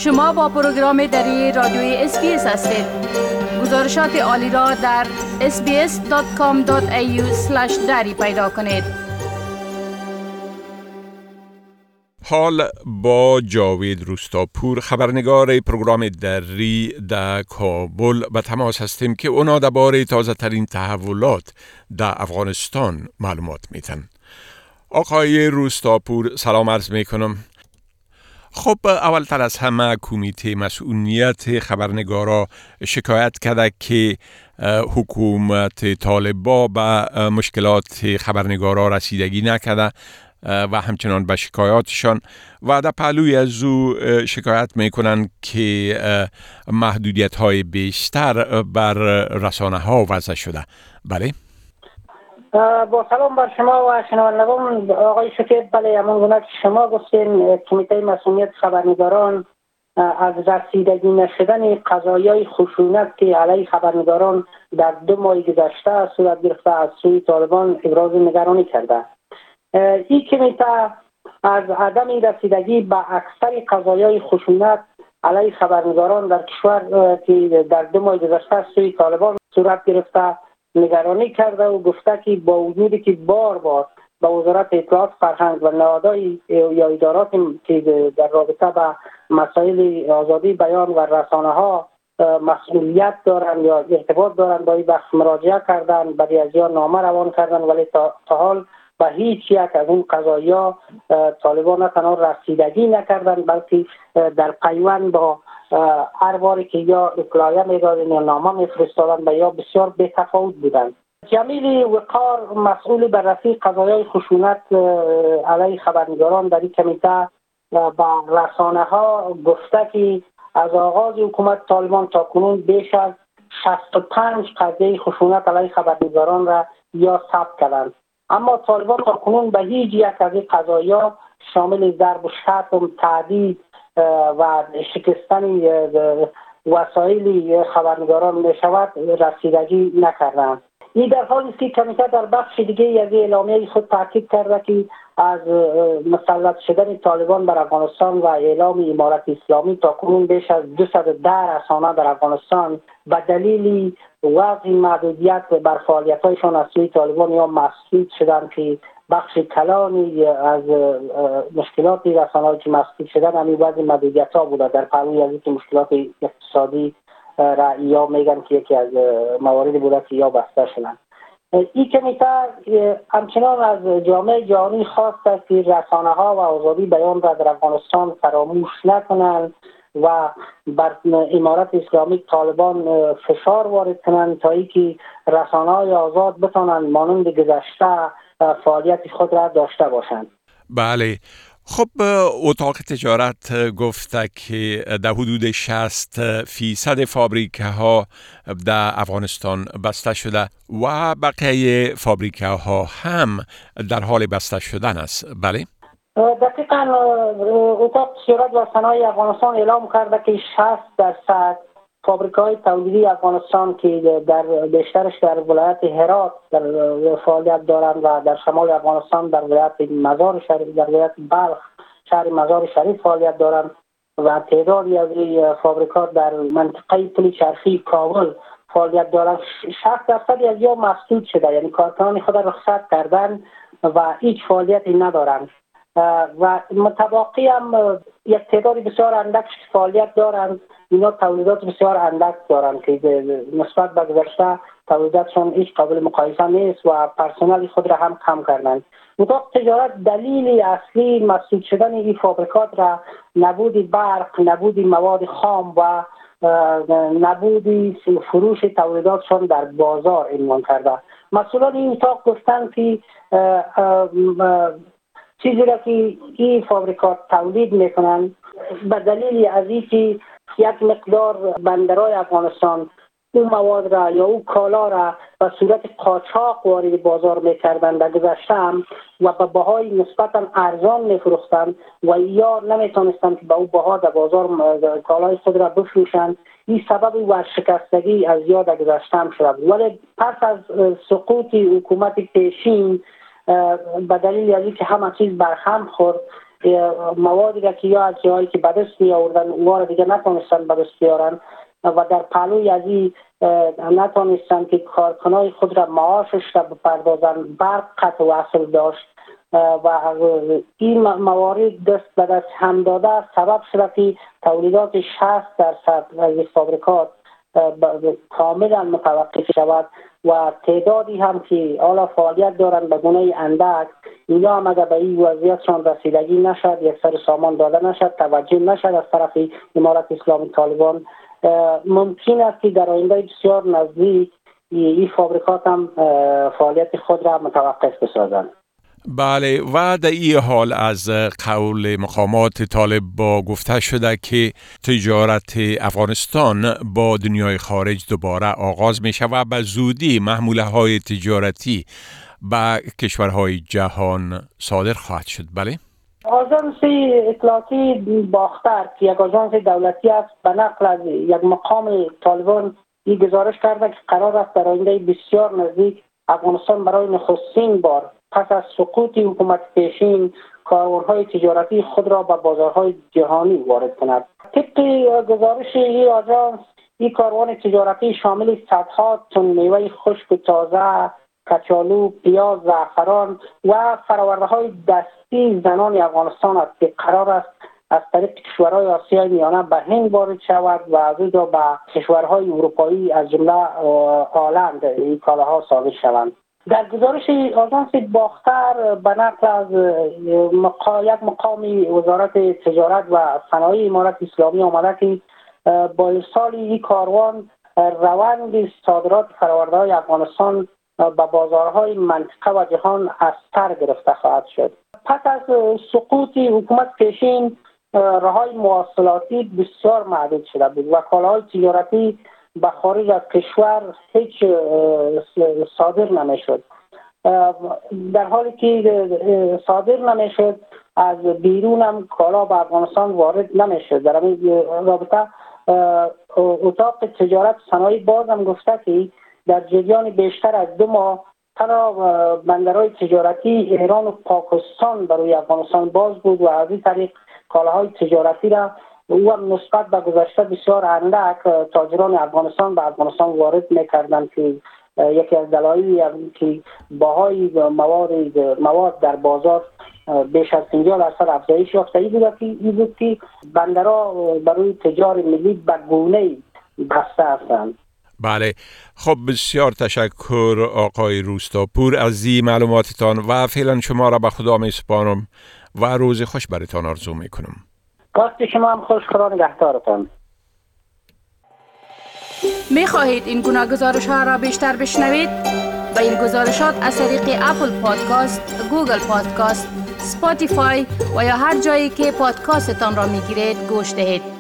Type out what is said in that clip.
شما با پروگرام دری رادیوی اسپیس هستید. گزارشات عالی را در sbs.com.au/dari پیدا کنید. حال با جاوید روستاپور خبرنگار پروگرام دری در کابل به تماس هستیم که اونا درباره تازه ترین تحولات در افغانستان معلومات میتن. آقای روستاپور سلام عرض میکنم. خب اولتر از همه کمیته مسئولیت خبرنگارا شکایت کرده که حکومت طالبان به مشکلات خبرنگارا رسیدگی نکرده و همچنان به شکایاتشان و در پهلوی از او شکایت میکنن که محدودیت های بیشتر بر رسانه ها وضع شده. بله؟ با سلام بر شما و شنوندگان. آقای شکیب، بله همون گونه که شما گفتین کمیته مسئولیت خبرنگاران از رسیدگی نشدن قضایای خشونت که علیه خبرنگاران در 2 ماه گذشته صورت گرفته از سوی طالبان ابراز نگرانی کرده. این کمیته از عدم رسیدگی به اکثر قضایای خشونت علیه خبرنگاران در کشور که در 2 ماه گذشته از سوی طالبان صورت گرفته نگرانی کرده و گفته که با وجودی که بار بار به وزارت اطلاعات فرهنگ و نهادهای یا ادارات که در رابطه با مسائل آزادی بیان و رسانه ها مسئولیت دارند یا ارتباط دارند با این بخش مراجعه کردن، برای از نامه روان کردن، ولی تا حال به هیچ یک از اون قضایا طالبان نه تنها رسیدگی نکردن بلکه در پیوند با هر باری که یا اطلاعیه میدادن یا نامه میفرستادن یا بسیار بی‌تفاوت بودند. جمیل وقار مسئول بررسی قضایای خشونت علیه خبرنگاران در این کمیته با رسانه ها گفته که از آغاز حکومت طالبان تا کنون بیش از 65 قضیه خشونت علیه خبرنگاران را یا ثبت کردند، اما طالبان تا کنون به هیچ یک از این قضایا شامل ضرب و شتم، تهدید و شکستن وسایل خبرنگاران می شود رسیدگی نکردند. این در حالی است که کمیته در بخش دیگه از اعلامیه خود تاکید کرده که از مسلط شدن طالبان بر افغانستان و اعلام امارت اسلامی تا کنون بیش از 210 رسانه در افغانستان به دلیل وضع محدودیت بر فعالیت‌هایشان از سوی طالبان یا مسدود شدند که بخش کلانی از مشکلات رسانه‌ای که مسدود شدن همین وضع محدودیت‌ها بوده. در پهلوی از اینکه مشکلات اقتصادی را یا میگن که یکی از مواردی بوده که یا بسته شدن. این کمیته همچنان از جامعه جهانی خواسته که رسانه‌ها و آزادی بیان را در افغانستان فراموش نکنند و بر امارت اسلامی طالبان فشار وارد کنند تا اینکه رسانه‌های آزاد بتوانند مانند گذشته فعالیت خود را داشته باشند. بله. خب اتاق تجارت گفته که در حدود 60% فابریکه ها در افغانستان بسته شده و بقیه فابریکه ها هم در حال بسته شدن است. بله؟ دقیقاً اتاق تجارت و صنایع افغانستان اعلام کرده که 60% فابریکه‌های تولیدی افغانستان که در بیشترش در ولایت هرات در فعالیت دارند و در شمال افغانستان در ولایت مزار شریف، در ولایت بلخ شهر مزار شریف فعالیت دارند و تعدادی از این فابریکات در منطقه پل چرخی کابل فعالیت دارند. 60% از یا مسدود شده، یعنی کارکنان خود رخصت کردن و هیچ فعالیتی ندارند و متباقی هم یک تعدادی بسیار اندک فعالیت دارند. اینا تولیدات بسیار اندک دارند که نسبت به گذشته تولیداتشون هیچ قابل مقایسه نیست و پرسنل خود را هم کم کردند. اتاق تجارت دلیل اصلی مسدود شدن این فابریکات را نبود برق، نبود مواد خام و نبود فروش تولیداتشون در بازار عنوان کرده. مسئولان این اتاق گفتند که چیزی را که این فابریکات تولید میکنند به دلیل از اینکه یک مقدار بندرهای افغانستان اون مواد را یا اون کالا را به صورت قاچاق وارد بازار میکردند در گذشته هم و به بهای نسبتا ارزان میفروختند و یا نمیتونستند که به اون بها در بازار کالای خود را بفروشند. این سبب ورشکستگی از یاد در گذشته هم شد. ولی پس از سقوط حکومت پیشین به دلیل از اینکه همه چیز برهم خورد موادی را که یا از جایی که به دست می آوردن اونها را دیگه نتونستن به دست بیارن و در پهلوی از این نتونستن که کارکنای خود را معاشش را بپردازن. برق قطع و وصل داشت و این موارد دست به دست هم داده سبب شده که تولیدات 60% از فابریکات کاملا متوقف شود و تعدادی هم که حالا فعالیت دارند به گونه اندک، اینا هم اگر به این وضعیتشان رسیدگی نشد، یک سر سامان داده نشد، توجه نشد از طرف امارت اسلامی طالبان، ممکن است که در آینده بسیار نزدیک این فابریکات هم فعالیت خود را متوقف بسازند. بله، و در این حال از قول مقامات طالب با گفته شده که تجارت افغانستان با دنیای خارج دوباره آغاز می شود و به زودی محموله های تجارتی به کشورهای جهان صادر خواهد شد. بله؟ آژانس اطلاعاتی باختر که یک آژانس دولتی است به نقل از یک مقام طالبان این گزارش کرده که قرار است در آینده بسیار نزدیک افغانستان برای نخستین بار پس از سقوط حکومت پیشین کاروانهای تجارتی خود را به بازارهای جهانی وارد کند. طبق گزارش این آژانس این کاروان تجارتی شامل صدها تن میوه خشک و تازه، کچالو، پیاز، زعفران و فرآورده‌های دستی زنان افغانستان است که قرار است از طریق کشورهای آسیای میانه به هند وارد شود و از اونجا به کشورهای اروپایی از جمله هلند این کالاها صادر شوند. در گزارش آژانس باختر به نقل از یک مقامی وزارت تجارت و صنایع امارت اسلامی آمده که با ارسال این کاروان روند صادرات فرآورده‌های افغانستان به بازارهای منطقه و جهان از سر گرفته خواهد شد. پس از سقوط حکومت پیشین راههای مواصلاتی بسیار محدود شده بود و کالاهای تجارتی به خارج از کشور هیچ صادر نمیشد. در حالی که صادر نمیشد از بیرون هم کالا به افغانستان وارد نمیشد. در این رابطه اتاق تجارت صنایع باز هم گفته که در جریان بیشتر از 2 ماه تنها بندرهای تجارتی ایران و پاکستان برای افغانستان باز بود و از این طریق کالاهای تجارتی را او هم نسبت به گذشته بسیار اندک تاجران افغانستان به افغانستان وارد میکردند که یکی از دلایلی که باهای مواد در بازار بیش از 50% افزایش یافته این بود که بندرها برای تجار ملی به گونه‌ای بسته هستند. بله، خب بسیار تشکر آقای روستاپور از این معلوماتتان و فعلا شما را به خدا می سپارم و روز خوش براتان آرزو می کنم. وقت شما هم خوش، خدا نگهدارتان. می خواهید این گناه گزارش ها را بیشتر بشنوید؟ با این گزارشات از طریق اپل پادکاست، گوگل پادکاست، سپاتیفای و یا هر جایی که پادکاستتان را می گیرید گوش دهید.